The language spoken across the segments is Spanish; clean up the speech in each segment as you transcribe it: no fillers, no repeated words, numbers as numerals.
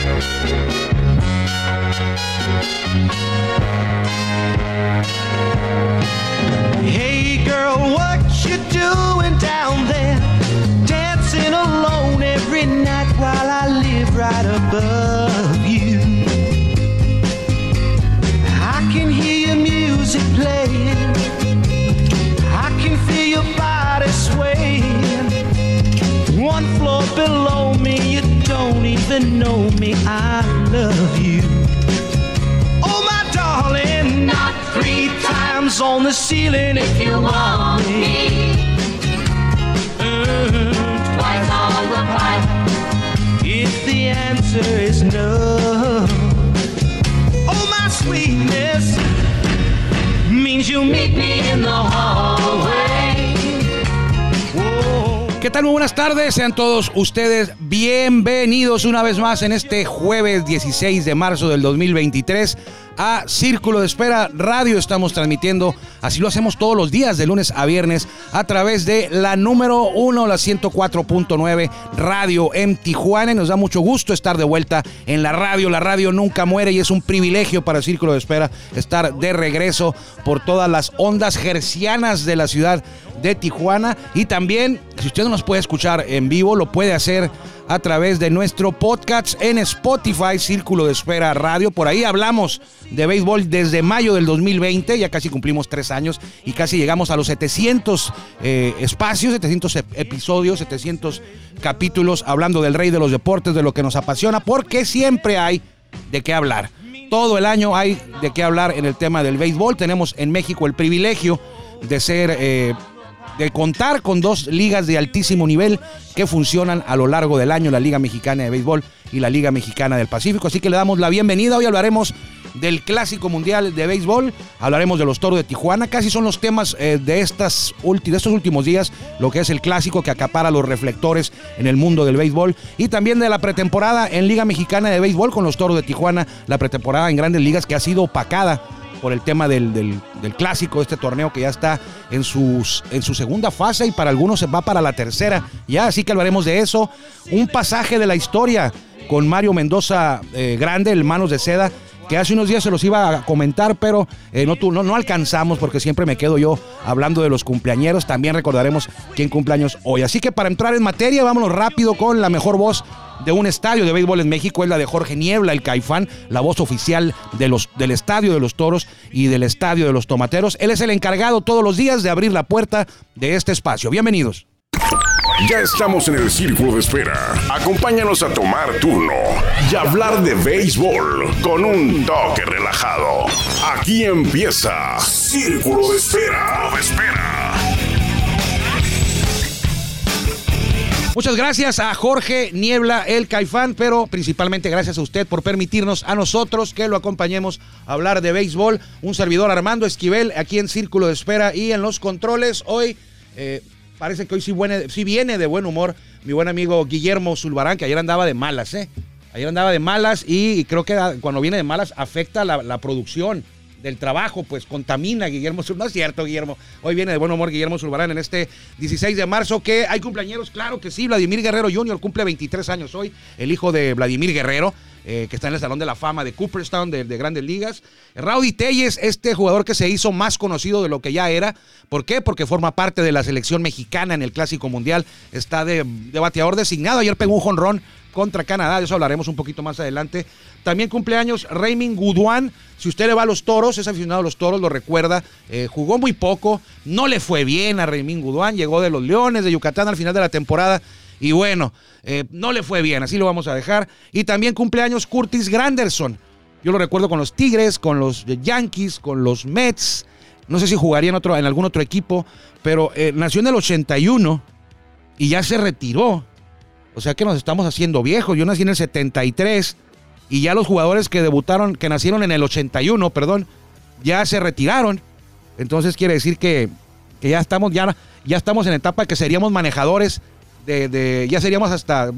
Hey girl, what you doing down there? Dancing alone every night while I live right above you. I can hear your music playing, I can feel your body swaying. One floor below me, you don't even know me, I love you. Oh my darling, not 3 times on the ceiling if you want me. Twice on the pipe if the answer is no. Oh my sweetness means you meet me in the hallway. Whoa. ¿Qué tal? Muy buenas tardes, sean todos ustedes bienvenidos una vez más en este jueves 16 de marzo del 2023 a Círculo de Espera Radio. Estamos transmitiendo, así lo hacemos todos los días, de lunes a viernes, a través de la número 1, la 104.9 Radio en Tijuana. Y nos da mucho gusto estar de vuelta en la radio. La radio nunca muere y es un privilegio para Círculo de Espera estar de regreso por todas las ondas hercianas de la ciudad de Tijuana. Y también, si usted no nos puede escuchar en vivo, lo puede hacer a través de nuestro podcast en Spotify, Círculo de Espera Radio. Por ahí hablamos de béisbol desde mayo del 2020, ya casi cumplimos 3 años y casi llegamos a los 700 espacios, 700 episodios, 700 capítulos hablando del rey de los deportes, de lo que nos apasiona, porque siempre hay de qué hablar. Todo el año hay de qué hablar en el tema del béisbol. Tenemos en México el privilegio de ser... de contar con 2 ligas de altísimo nivel que funcionan a lo largo del año, la Liga Mexicana de Béisbol y la Liga Mexicana del Pacífico. Así que le damos la bienvenida. Hoy hablaremos del Clásico Mundial de Béisbol, hablaremos de los Toros de Tijuana. Casi son los temas de estos últimos días, lo que es el Clásico que acapara los reflectores en el mundo del béisbol, y también de la pretemporada en Liga Mexicana de Béisbol con los Toros de Tijuana, la pretemporada en Grandes Ligas que ha sido opacada por el tema del Clásico, este torneo que ya está en su segunda fase y para algunos se va para la tercera ya, así que hablaremos de eso. Un pasaje de la historia con Mario Mendoza Grande, el Manos de Seda, que hace unos días se los iba a comentar, pero no alcanzamos porque siempre me quedo yo hablando de los cumpleañeros. También recordaremos quién cumpleaños hoy. Así que para entrar en materia, vámonos rápido con la mejor voz de un estadio de béisbol en México. Es la de Jorge Niebla, el Caifán, la voz oficial del Estadio de los Toros y del Estadio de los Tomateros. Él es el encargado todos los días de abrir la puerta de este espacio. Bienvenidos. Ya estamos en el Círculo de Espera. Acompáñanos a tomar turno y hablar de béisbol con un toque relajado. Aquí empieza Círculo de Espera. Muchas gracias a Jorge Niebla, el Caifán, pero principalmente gracias a usted por permitirnos a nosotros que lo acompañemos a hablar de béisbol. Un servidor, Armando Esquivel, aquí en Círculo de Espera y en los controles. Hoy parece que hoy sí viene de buen humor mi buen amigo Guillermo Zulbarán, que ayer andaba de malas, Ayer andaba de malas y creo que cuando viene de malas afecta la producción del trabajo, pues contamina Guillermo Zulbarán. No es cierto, Guillermo. Hoy viene de buen humor Guillermo Zulbarán en este 16 de marzo, que hay cumpleañeros, claro que sí. Vladimir Guerrero Jr. cumple 23 años hoy, el hijo de Vladimir Guerrero, que está en el Salón de la Fama de Cooperstown de Grandes Ligas. Raudy Tellez, este jugador que se hizo más conocido de lo que ya era. ¿Por qué? Porque forma parte de la selección mexicana en el Clásico Mundial. Está de bateador designado. Ayer pegó un jonrón contra Canadá, de eso hablaremos un poquito más adelante. También cumpleaños Raymond Guduán. Si usted le va a los Toros, es aficionado a los Toros, lo recuerda. Jugó muy poco, no le fue bien a Raymond Guduán. Llegó de los Leones de Yucatán al final de la temporada y bueno, no le fue bien, así lo vamos a dejar. Y también cumpleaños Curtis Granderson. Yo lo recuerdo con los Tigres, con los Yankees, con los Mets. No sé si jugaría en algún otro equipo, pero nació en el 81 y ya se retiró. O sea que nos estamos haciendo viejos. Yo nací en el 73 y ya los jugadores que nacieron en el 81, ya se retiraron. Entonces quiere decir que ya estamos en etapa que seríamos manejadores ya seríamos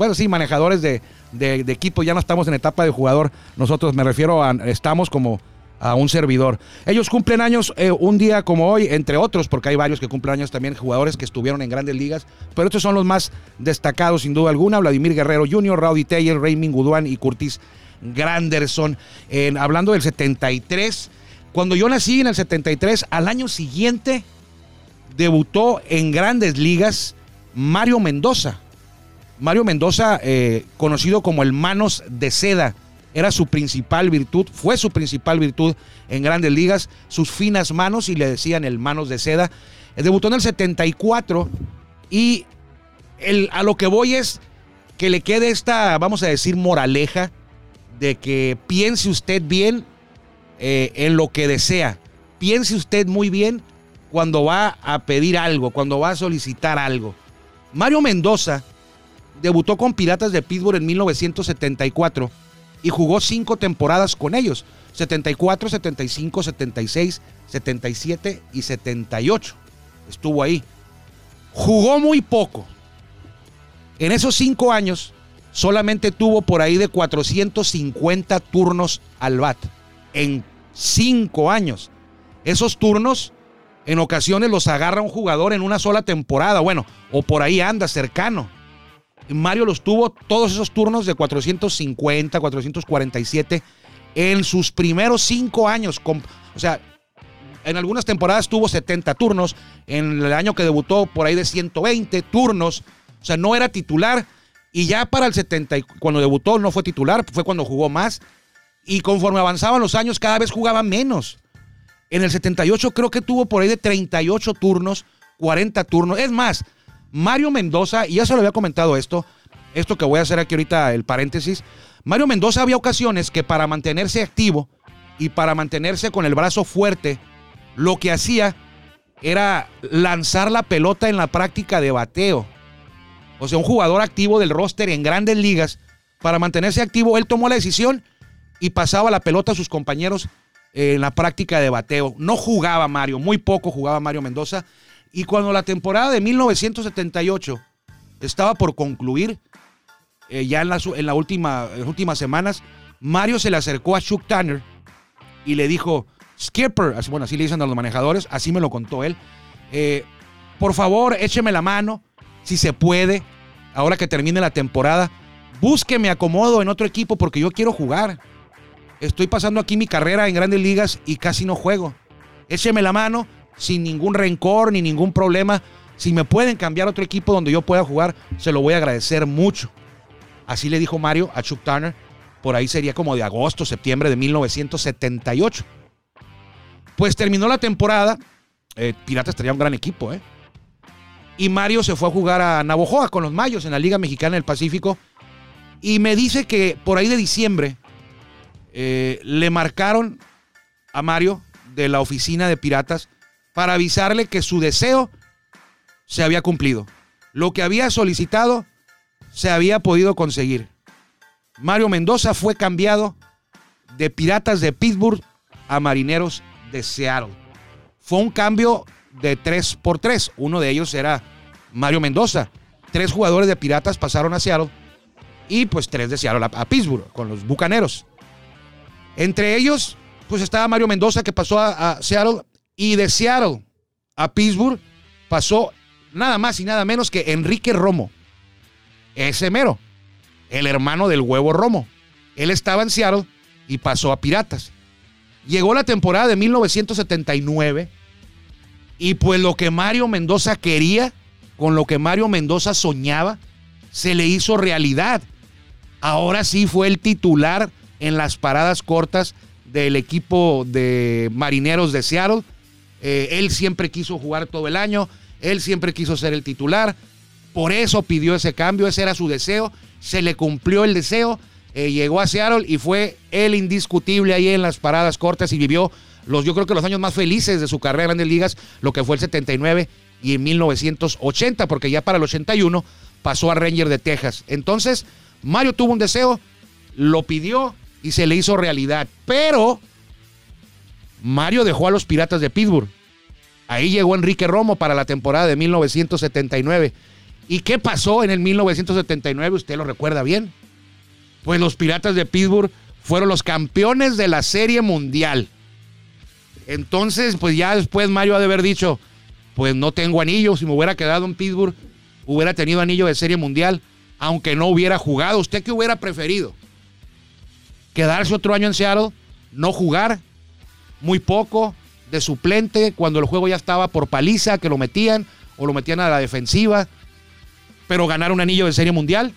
manejadores de equipo. Ya no estamos en etapa de jugador. Nosotros, me refiero a, estamos como a un servidor. Ellos cumplen años un día como hoy, entre otros, porque hay varios que cumplen años también, jugadores que estuvieron en grandes ligas, pero estos son los más destacados sin duda alguna: Vladimir Guerrero Jr., Rowdy Tellez, Raymond Goodwin y Curtis Granderson. Hablando del 73, cuando yo nací en el 73, al año siguiente debutó en grandes ligas Mario Mendoza. Mario Mendoza, conocido como el Manos de Seda, era su principal virtud, fue su principal virtud en grandes ligas, sus finas manos, y le decían el Manos de Seda. Debutó en el 74 y a lo que voy es que le quede esta, vamos a decir, moraleja de que piense usted bien en lo que desea. Piense usted muy bien cuando va a pedir algo, cuando va a solicitar algo. Mario Mendoza debutó con Piratas de Pittsburgh en 1974 y jugó 5 temporadas con ellos: 74, 75, 76, 77 y 78. Estuvo ahí. Jugó muy poco. En esos 5 años solamente tuvo por ahí de 450 turnos al bat. En 5 años. Esos turnos en ocasiones los agarra un jugador en una sola temporada. Bueno, o por ahí anda cercano. Mario los tuvo todos esos turnos de 450, 447 en sus primeros 5 años. O sea, en algunas temporadas tuvo 70 turnos. En el año que debutó, por ahí de 120 turnos. O sea, no era titular. Y ya para el 70, cuando debutó, no fue titular, fue cuando jugó más. Y conforme avanzaban los años, cada vez jugaba menos. En el 78 creo que tuvo por ahí de 38 turnos, 40 turnos. Es más, Mario Mendoza, y ya se lo había comentado esto que voy a hacer aquí ahorita, el paréntesis. Mario Mendoza había ocasiones que para mantenerse activo y para mantenerse con el brazo fuerte, lo que hacía era lanzar la pelota en la práctica de bateo. O sea, un jugador activo del roster en grandes ligas, para mantenerse activo, él tomó la decisión y pasaba la pelota a sus compañeros en la práctica de bateo. No jugaba Mario, muy poco jugaba Mario Mendoza. Y cuando la temporada de 1978 estaba por concluir, ya en las últimas semanas, Mario se le acercó a Chuck Tanner y le dijo: Skipper, así le dicen a los manejadores, así me lo contó él, por favor, écheme la mano, si se puede, ahora que termine la temporada, búsqueme acomodo en otro equipo porque yo quiero jugar. Estoy pasando aquí mi carrera en grandes ligas y casi no juego. Écheme la mano, sin ningún rencor ni ningún problema. Si me pueden cambiar a otro equipo donde yo pueda jugar, se lo voy a agradecer mucho. Así le dijo Mario a Chuck Tanner. Por ahí sería como de agosto, septiembre de 1978. Pues terminó la temporada. Piratas tenía un gran equipo, Y Mario se fue a jugar a Navojoa con los Mayos en la Liga Mexicana del Pacífico. Y me dice que por ahí de diciembre le marcaron a Mario de la oficina de Piratas para avisarle que su deseo se había cumplido. Lo que había solicitado se había podido conseguir. Mario Mendoza fue cambiado de Piratas de Pittsburgh a Marineros de Seattle. Fue un cambio de 3x3. Uno de ellos era Mario Mendoza. 3 jugadores de Piratas pasaron a Seattle y pues 3 de Seattle a Pittsburgh con los Bucaneros. Entre ellos pues estaba Mario Mendoza, que pasó a Seattle, y de Seattle a Pittsburgh pasó nada más y nada menos que Enrique Romo. Ese mero, el hermano del Huevo Romo. Él estaba en Seattle y pasó a Piratas. Llegó la temporada de 1979 y pues lo que Mario Mendoza quería, con lo que Mario Mendoza soñaba, se le hizo realidad. Ahora sí fue el titular en las paradas cortas del equipo de Marineros de Seattle. Él siempre quiso jugar todo el año, él siempre quiso ser el titular, por eso pidió ese cambio, ese era su deseo, se le cumplió el deseo, llegó a Seattle y fue el indiscutible ahí en las paradas cortas y vivió yo creo que los años más felices de su carrera en Grandes Ligas, lo que fue el 79 y en 1980, porque ya para el 81 pasó a Rangers de Texas. Entonces, Mario tuvo un deseo, lo pidió y se le hizo realidad, pero Mario dejó a los Piratas de Pittsburgh. Ahí llegó Enrique Romo para la temporada de 1979. ¿Y qué pasó en el 1979? Usted lo recuerda bien. Pues los Piratas de Pittsburgh fueron los campeones de la Serie Mundial. Entonces, pues ya después Mario ha de haber dicho, pues no tengo anillo, si me hubiera quedado en Pittsburgh, hubiera tenido anillo de Serie Mundial, aunque no hubiera jugado. ¿Usted qué hubiera preferido? ¿Quedarse otro año en Seattle? ¿No jugar? Muy poco, de suplente, cuando el juego ya estaba por paliza, que lo metían, o lo metían a la defensiva, pero ganar un anillo de Serie Mundial,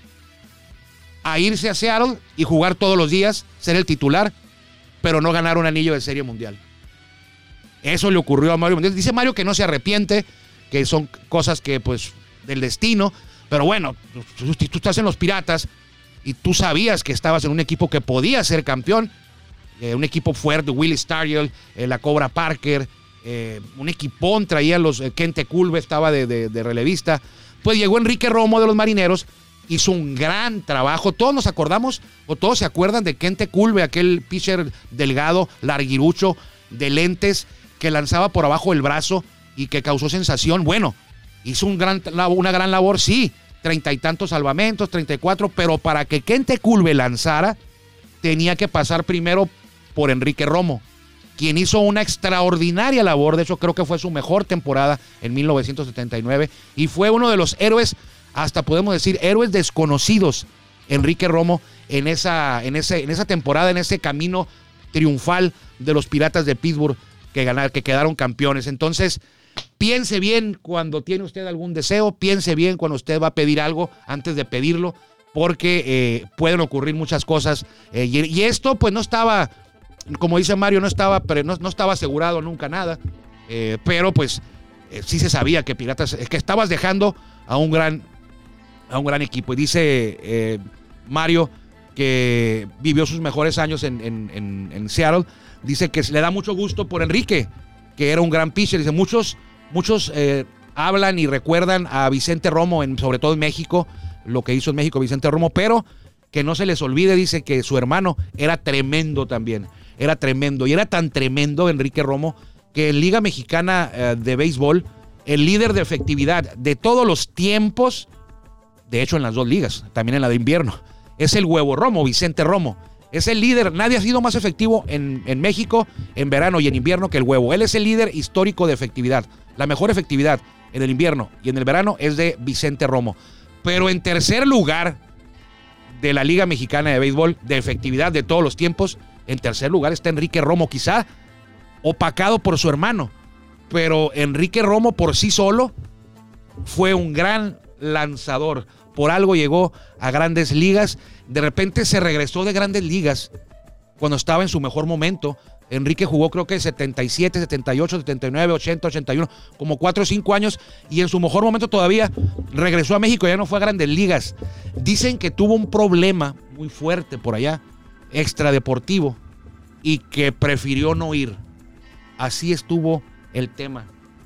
a irse a Seattle y jugar todos los días, ser el titular, pero no ganar un anillo de Serie Mundial. Eso le ocurrió a Mario Mendoza. Dice Mario que no se arrepiente, que son cosas que, pues, del destino, pero bueno, tú estás en los Piratas y tú sabías que estabas en un equipo que podía ser campeón, un equipo fuerte, Willie Stargell, la Cobra Parker, un equipón, traía los Kente Kulve, estaba de relevista. Pues llegó Enrique Romo de los Marineros, hizo un gran trabajo. Todos nos acordamos, o todos se acuerdan de Kente Kulve, aquel pitcher delgado, larguirucho, de lentes, que lanzaba por abajo el brazo y que causó sensación. Bueno, hizo una gran labor, sí, 30 y tantos salvamentos, 34, pero para que Kente Kulve lanzara, tenía que pasar primero por Enrique Romo, quien hizo una extraordinaria labor. De hecho, creo que fue su mejor temporada en 1979 y fue uno de los héroes, hasta podemos decir héroes desconocidos, Enrique Romo, en esa temporada, en ese camino triunfal de los Piratas de Pittsburgh que quedaron campeones. Entonces, piense bien cuando tiene usted algún deseo, piense bien cuando usted va a pedir algo antes de pedirlo, porque pueden ocurrir muchas cosas. Y esto, pues, no estaba, como dice Mario, no estaba asegurado nunca nada, pero pues sí se sabía que Piratas, que estabas dejando a un gran equipo. Y dice Mario que vivió sus mejores años en Seattle. Dice que le da mucho gusto por Enrique, que era un gran pitcher. Dice, muchos hablan y recuerdan a Vicente Romo, sobre todo en México, lo que hizo en México Vicente Romo, pero que no se les olvide, dice, que su hermano era tremendo también. Era tremendo. Y era tan tremendo Enrique Romo que en Liga Mexicana de Béisbol, el líder de efectividad de todos los tiempos, de hecho en las dos ligas, también en la de invierno, es el Huevo Romo, Vicente Romo. Es el líder. Nadie ha sido más efectivo en México en verano y en invierno que el Huevo. Él es el líder histórico de efectividad. La mejor efectividad en el invierno y en el verano es de Vicente Romo. Pero en tercer lugar de la Liga Mexicana de Béisbol de efectividad de todos los tiempos, en tercer lugar está Enrique Romo, quizá opacado por su hermano. Pero Enrique Romo por sí solo fue un gran lanzador. Por algo llegó a Grandes Ligas. De repente se regresó de Grandes Ligas cuando estaba en su mejor momento. Enrique jugó creo que 77, 78, 79, 80, 81, como 4 o 5 años, y en su mejor momento todavía regresó a México, ya no fue a Grandes Ligas. Dicen que tuvo un problema muy fuerte por allá, extradeportivo, y que prefirió no ir. Así estuvo el tema.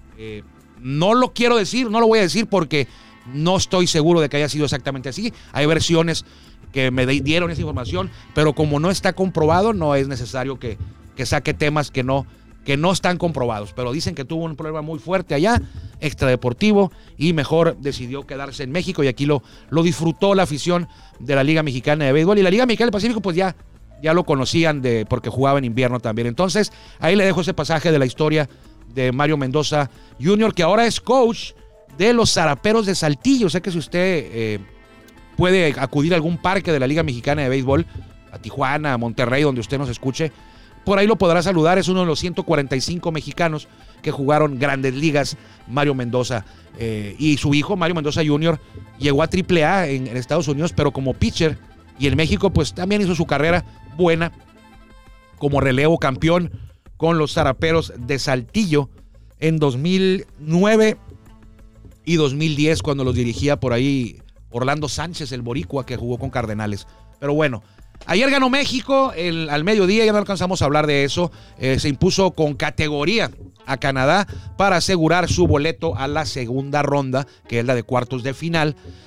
No lo quiero decir, no lo voy a decir porque no estoy seguro de que haya sido exactamente así. Hay versiones que me dieron esa información, pero como no está comprobado, no es necesario que saque temas que no están comprobados. Pero dicen que tuvo un problema muy fuerte allá, extradeportivo, y mejor decidió quedarse en México, y aquí lo disfrutó la afición de la Liga Mexicana de Béisbol. Y la Liga Mexicana del Pacífico, pues ya lo conocían porque jugaba en invierno también. Entonces, ahí le dejo ese pasaje de la historia de Mario Mendoza Jr., que ahora es coach de los Zaraperos de Saltillo. Sé que si usted puede acudir a algún parque de la Liga Mexicana de Béisbol, a Tijuana, a Monterrey, donde usted nos escuche, por ahí lo podrá saludar. Es uno de los 145 mexicanos que jugaron Grandes Ligas, Mario Mendoza. Y su hijo, Mario Mendoza Jr., llegó a AAA en Estados Unidos, pero como pitcher. Y en México, pues también hizo su carrera buena como relevo, campeón con los Zaraperos de Saltillo en 2009 y 2010, cuando los dirigía por ahí Orlando Sánchez, el boricua, que jugó con Cardenales. Pero bueno, ayer ganó México al mediodía, ya no alcanzamos a hablar de eso. Se impuso con categoría a Canadá para asegurar su boleto a la segunda ronda, que es la de cuartos de final.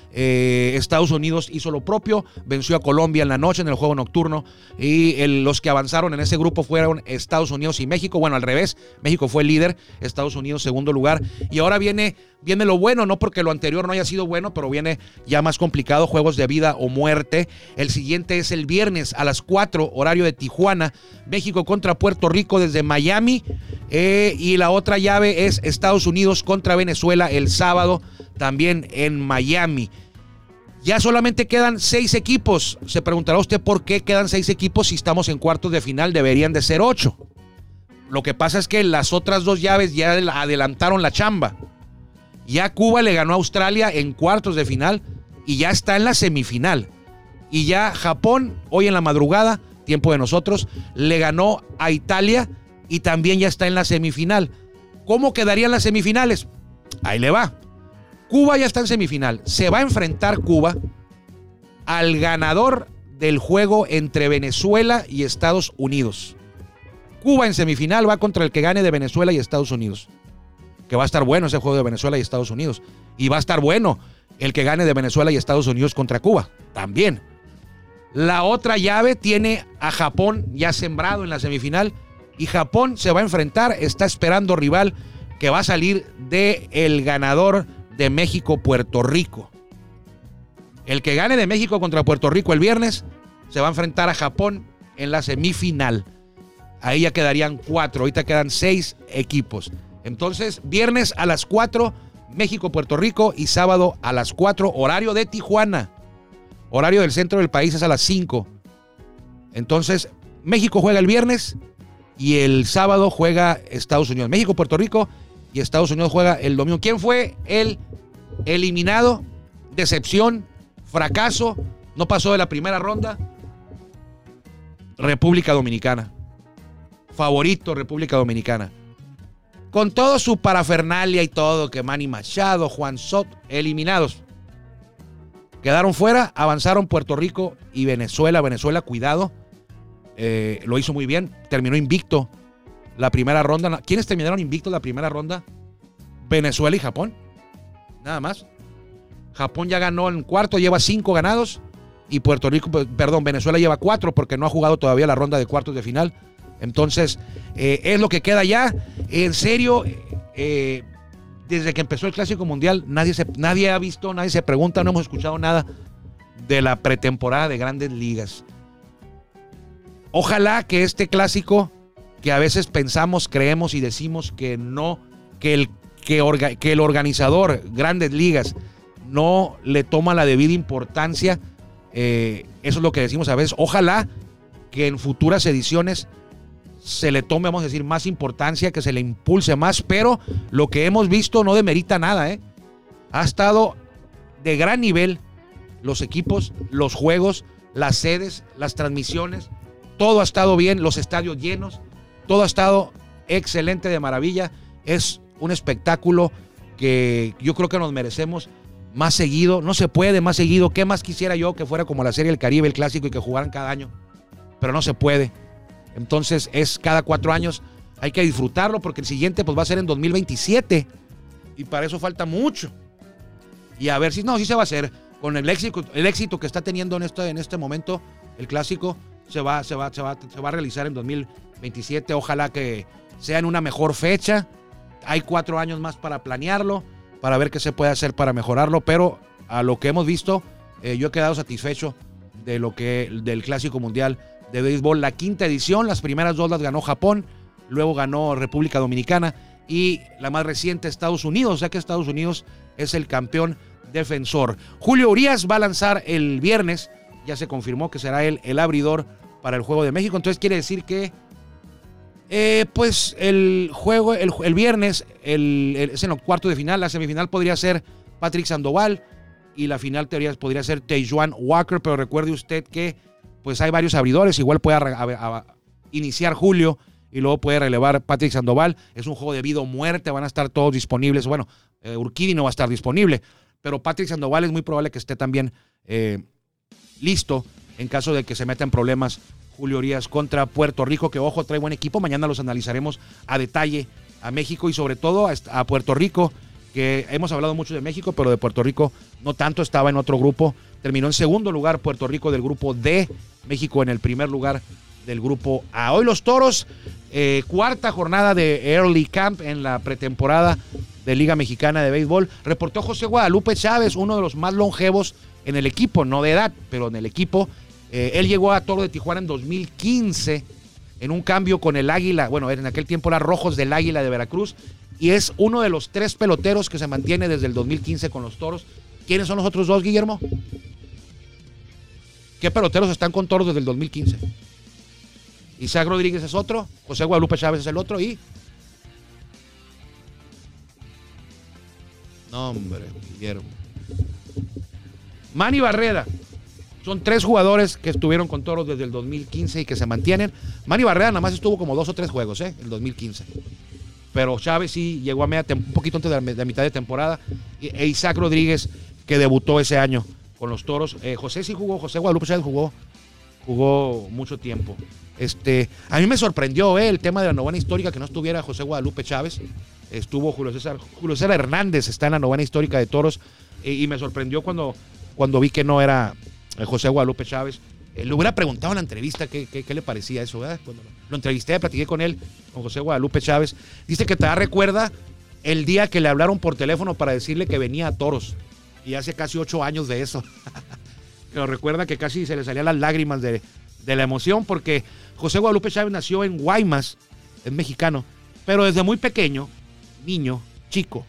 Estados Unidos hizo lo propio, venció a Colombia en la noche en el juego nocturno y los que avanzaron en ese grupo fueron Estados Unidos y México. Bueno, al revés, México fue el líder, Estados Unidos segundo lugar. Y ahora viene lo bueno, no porque lo anterior no haya sido bueno, pero viene ya más complicado, juegos de vida o muerte. El siguiente es el viernes a las 4, horario de Tijuana, México contra Puerto Rico desde Miami. Y la otra llave es Estados Unidos contra Venezuela el sábado, también en Miami. Ya solamente quedan 6 equipos. Se preguntará usted por qué quedan 6 equipos si estamos en cuartos de final, deberían de ser 8. Lo que pasa es que las otras 2 llaves ya adelantaron la chamba. Ya Cuba le ganó a Australia en cuartos de final y ya está en la semifinal. Y ya Japón, hoy en la madrugada, tiempo de nosotros, le ganó a Italia y también ya está en la semifinal. ¿Cómo quedarían las semifinales? Ahí le va. Cuba ya está en semifinal. Se va a enfrentar Cuba al ganador del juego entre Venezuela y Estados Unidos. Cuba en semifinal va contra el que gane de Venezuela y Estados Unidos. Que va a estar bueno ese juego de Venezuela y Estados Unidos. Y va a estar bueno el que gane de Venezuela y Estados Unidos contra Cuba. También. La otra llave tiene a Japón ya sembrado en la semifinal. Y Japón se va a enfrentar, está esperando rival que va a salir del ganador de México-Puerto Rico. El que gane de México contra Puerto Rico el viernes se va a enfrentar a Japón en la semifinal. Ahí ya quedarían 4, ahorita quedan 6 equipos. Entonces, viernes a las 4, México-Puerto Rico y sábado a las 4, horario de Tijuana. Horario del centro del país es a las 5. Entonces, México juega el viernes y el sábado juega Estados Unidos. México-Puerto Rico y Estados Unidos juega el domingo. ¿Quién fue el eliminado? Decepción, fracaso, no pasó de la primera ronda. República Dominicana. Favorito, República Dominicana. Con todo su parafernalia y todo, que Manny Machado, Juan Soto, eliminados. Quedaron fuera, avanzaron Puerto Rico y Venezuela. Venezuela, cuidado, lo hizo muy bien, terminó invicto la primera ronda. ¿Quiénes terminaron invictos la primera ronda? Venezuela y Japón, nada más. Japón ya ganó en cuarto, lleva 5 ganados. Y Puerto Rico, Venezuela lleva 4 porque no ha jugado todavía la ronda de cuartos de final. Entonces, es lo que queda ya. En serio, desde que empezó el Clásico Mundial, nadie ha visto, nadie se pregunta, no hemos escuchado nada de la pretemporada de Grandes Ligas. Ojalá que este Clásico, que a veces pensamos, creemos y decimos que no, que el organizador, Grandes Ligas, no le toma la debida importancia. Eso es lo que decimos a veces. Ojalá que en futuras ediciones se le tome, vamos a decir, más importancia, que se le impulse más, pero lo que hemos visto no demerita nada, ¿eh? Ha estado de gran nivel los equipos, los juegos, las sedes, las transmisiones, todo ha estado bien, los estadios llenos, todo ha estado excelente, de maravilla. Es un espectáculo que yo creo que nos merecemos más seguido. No se puede más seguido. ¿Qué más quisiera yo que fuera como la Serie del Caribe, el Clásico, y que jugaran cada año? Pero no se puede. Entonces es cada 4 años. Hay que disfrutarlo porque el siguiente pues va a ser en 2027 y para eso falta mucho. Y a ver si sí se va a hacer. Con el éxito que está teniendo en este momento el Clásico, se va a realizar en 2027. Ojalá que sea en una mejor fecha. Hay 4 años más para planearlo, para ver qué se puede hacer para mejorarlo, pero a lo que hemos visto, yo he quedado satisfecho del Clásico Mundial de Béisbol. La 5ª edición, las primeras 2 las ganó Japón, luego ganó República Dominicana y la más reciente Estados Unidos, o sea que Estados Unidos es el campeón defensor. Julio Urías va a lanzar el viernes, ya se confirmó que será él el abridor para el Juego de México, entonces quiere decir que pues el juego, el viernes es en los cuartos de final. La semifinal podría ser Patrick Sandoval y la final podría ser Taijuan Walker, pero recuerde usted que pues hay varios abridores, igual puede iniciar Julio y luego puede relevar Patrick Sandoval. Es un juego de vida o muerte, van a estar todos disponibles. Bueno, Urquidy no va a estar disponible, pero Patrick Sandoval es muy probable que esté también listo en caso de que se meta en problemas Julio Urías contra Puerto Rico, que ojo, trae buen equipo. Mañana los analizaremos a detalle a México y sobre todo a Puerto Rico, que hemos hablado mucho de México, pero de Puerto Rico no tanto, estaba en otro grupo. Terminó en segundo lugar Puerto Rico del grupo D, México en el primer lugar del grupo A. Hoy los Toros, cuarta jornada de Early Camp en la pretemporada de Liga Mexicana de Béisbol. Reportó José Guadalupe Chávez, uno de los más longevos en el equipo, no de edad, pero en el equipo. Él llegó a Toro de Tijuana en 2015 en un cambio con el Águila, bueno, en aquel tiempo eran Rojos del Águila de Veracruz, y es uno de los 3 peloteros que se mantiene desde el 2015 con los Toros. ¿Quiénes son los otros 2, Guillermo? ¿Qué peloteros están con Toros desde el 2015? Isaac Rodríguez es otro, José Guadalupe Chávez es el otro y... No, hombre, Guillermo. Manny Barrera. Son 3 jugadores que estuvieron con Toros desde el 2015 y que se mantienen. Manny Barrera nada más estuvo como 2 o 3 juegos, el 2015. Pero Chávez sí llegó a un poquito antes de la mitad de temporada. E Isaac Rodríguez, que debutó ese año con los Toros. José sí jugó, José Guadalupe Chávez jugó mucho tiempo. A mí me sorprendió el tema de la novena histórica, que no estuviera José Guadalupe Chávez. Estuvo Julio César Hernández, está en la novena histórica de Toros. Y me sorprendió cuando vi que no era José Guadalupe Chávez. Le hubiera preguntado en la entrevista qué le parecía eso, ¿verdad? Cuando lo entrevisté, platiqué con él, con José Guadalupe Chávez. Dice que todavía recuerda el día que le hablaron por teléfono para decirle que venía a Toros. Y hace casi 8 años de eso. Que lo recuerda, que casi se le salían las lágrimas de la emoción, porque José Guadalupe Chávez nació en Guaymas, es mexicano, pero desde muy pequeño, niño, chico,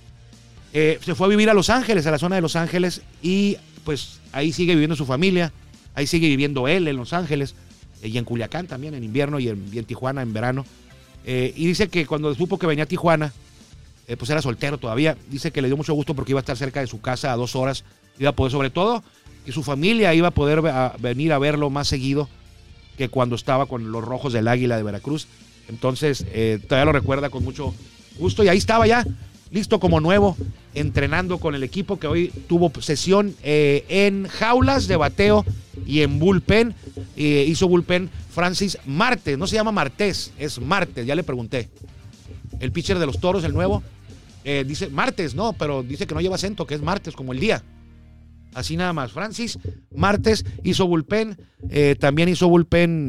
se fue a vivir a Los Ángeles, a la zona de Los Ángeles, y pues ahí sigue viviendo su familia, ahí sigue viviendo él en Los Ángeles, y en Culiacán también en invierno, y en Tijuana en verano. Y dice que cuando supo que venía a Tijuana, pues era soltero todavía, dice que le dio mucho gusto porque iba a estar cerca de su casa a 2 horas, iba a poder, sobre todo, que su familia iba a poder venir a verlo más seguido que cuando estaba con los Rojos del Águila de Veracruz. Entonces, todavía lo recuerda con mucho gusto, y ahí estaba ya, listo como nuevo, entrenando con el equipo, que hoy tuvo sesión en jaulas de bateo y en bullpen. Hizo bullpen Francis Martes, no se llama Martés, es Martes, ya le pregunté. El pitcher de los Toros, el nuevo, dice Martes, no, pero dice que no lleva acento, que es martes, como el día. Así nada más. Francis Martes hizo bullpen, también hizo bullpen.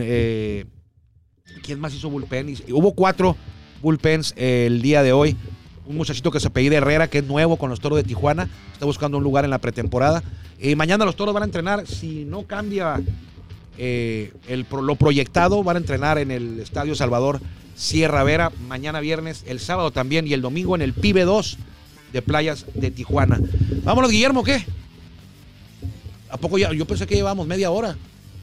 ¿Quién más hizo bullpen? Hubo 4 bullpens el día de hoy. Un muchachito que se apellida Herrera, que es nuevo con los Toros de Tijuana, está buscando un lugar en la pretemporada. Mañana los Toros van a entrenar, si no cambia lo proyectado, van a entrenar en el Estadio Salvador Sierra Vera, mañana viernes, el sábado también, y el domingo en el Pibe 2 de Playas de Tijuana. Vámonos, Guillermo, ¿qué? ¿A poco ya? Yo pensé que llevábamos media hora.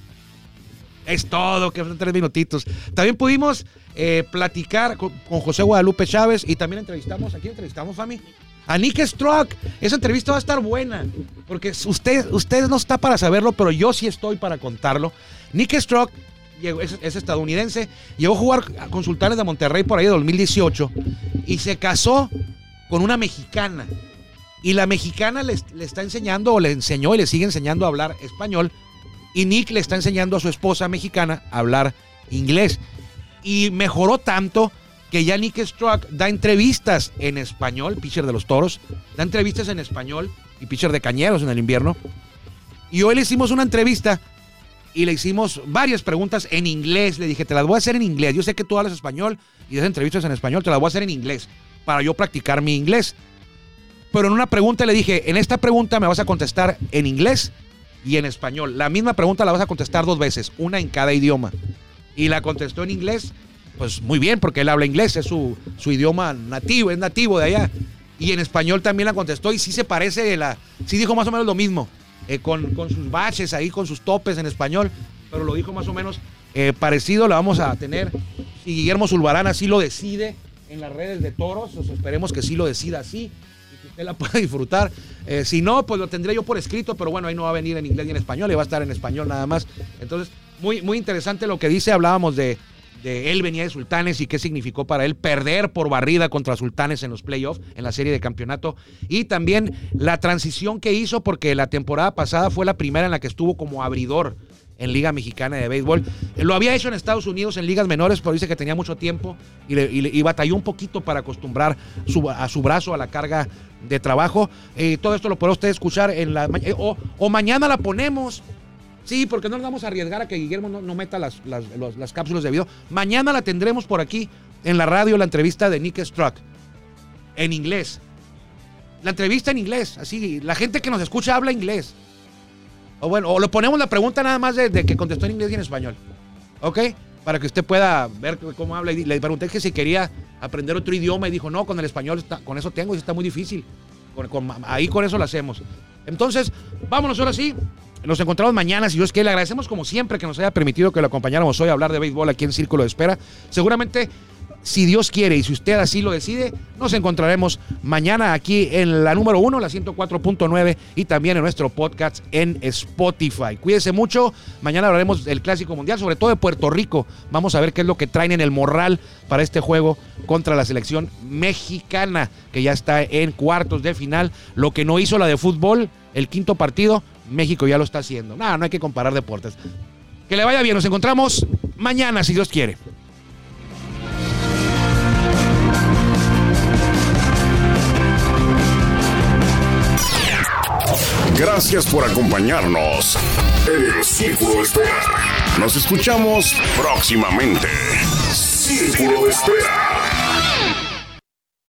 Es todo, que son 3 minutitos. También pudimos platicar con José Guadalupe Chávez, y también entrevistamos, ¿a quién entrevistamos, Fami? A Nick Strock. Esa entrevista va a estar buena, porque usted no está para saberlo, pero yo sí estoy para contarlo. Nick Strock es estadounidense, llegó a jugar con Sultanes de Monterrey por ahí de 2018, y se casó con una mexicana. Y la mexicana le está enseñando, o le enseñó y le sigue enseñando a hablar español, y Nick le está enseñando a su esposa mexicana a hablar inglés. Y mejoró tanto que ya Nick Strock da entrevistas en español, pitcher de los Toros, da entrevistas en español, y pitcher de Cañeros en el invierno. Y hoy le hicimos una entrevista y le hicimos varias preguntas en inglés. Le dije, te las voy a hacer en inglés. Yo sé que tú hablas español y das entrevistas en español, te las voy a hacer en inglés para yo practicar mi inglés. Pero en una pregunta le dije, en esta pregunta me vas a contestar en inglés y en español. La misma pregunta la vas a contestar 2 veces, una en cada idioma. Y la contestó en inglés, pues muy bien, porque él habla inglés, es su idioma nativo, es nativo de allá. Y en español también la contestó, y sí se parece, sí dijo más o menos lo mismo, con sus baches ahí, con sus topes en español, pero lo dijo más o menos parecido. La vamos a tener, si Guillermo Zulbarán así lo decide en las redes de Toros, pues esperemos que sí lo decida así, y que usted la pueda disfrutar. Si no, pues lo tendré yo por escrito, pero bueno, ahí no va a venir en inglés ni en español, va a estar en español nada más. Entonces, muy, muy interesante lo que dice. Hablábamos de él venía de Sultanes y qué significó para él perder por barrida contra Sultanes en los playoffs, en la serie de campeonato, y también la transición que hizo, porque la temporada pasada fue la primera en la que estuvo como abridor en Liga Mexicana de Béisbol. Lo había hecho en Estados Unidos en ligas menores, pero dice que tenía mucho tiempo y batalló un poquito para acostumbrar a su brazo a la carga de trabajo. Todo esto lo podrá usted escuchar o mañana la ponemos. Sí, porque no nos vamos a arriesgar a que Guillermo no meta las cápsulas de video. Mañana la tendremos por aquí en la radio, la entrevista de Nick Struck en inglés. La entrevista en inglés, así, la gente que nos escucha habla inglés. O le ponemos la pregunta nada más de que contestó en inglés y en español. ¿Ok? Para que usted pueda ver cómo habla. Y le pregunté que si quería aprender otro idioma y dijo, no, con el español, con eso tengo y está muy difícil. Ahí con eso lo hacemos. Entonces, vámonos ahora sí. Nos encontramos mañana, si Dios quiere. Le agradecemos como siempre que nos haya permitido que lo acompañáramos hoy a hablar de béisbol aquí en Círculo de Espera. Seguramente, si Dios quiere y si usted así lo decide, nos encontraremos mañana aquí en la número 1, la 104.9 y también en nuestro podcast en Spotify. Cuídese mucho. Mañana hablaremos del Clásico Mundial, sobre todo de Puerto Rico. Vamos a ver qué es lo que traen en el morral para este juego contra la selección mexicana, que ya está en cuartos de final. Lo que no hizo la de fútbol, el quinto partido, México ya lo está haciendo. No hay que comparar deportes. Que le vaya bien. Nos encontramos mañana, si Dios quiere. Gracias por acompañarnos en el Círculo de Espera. Nos escuchamos próximamente. Círculo de Espera.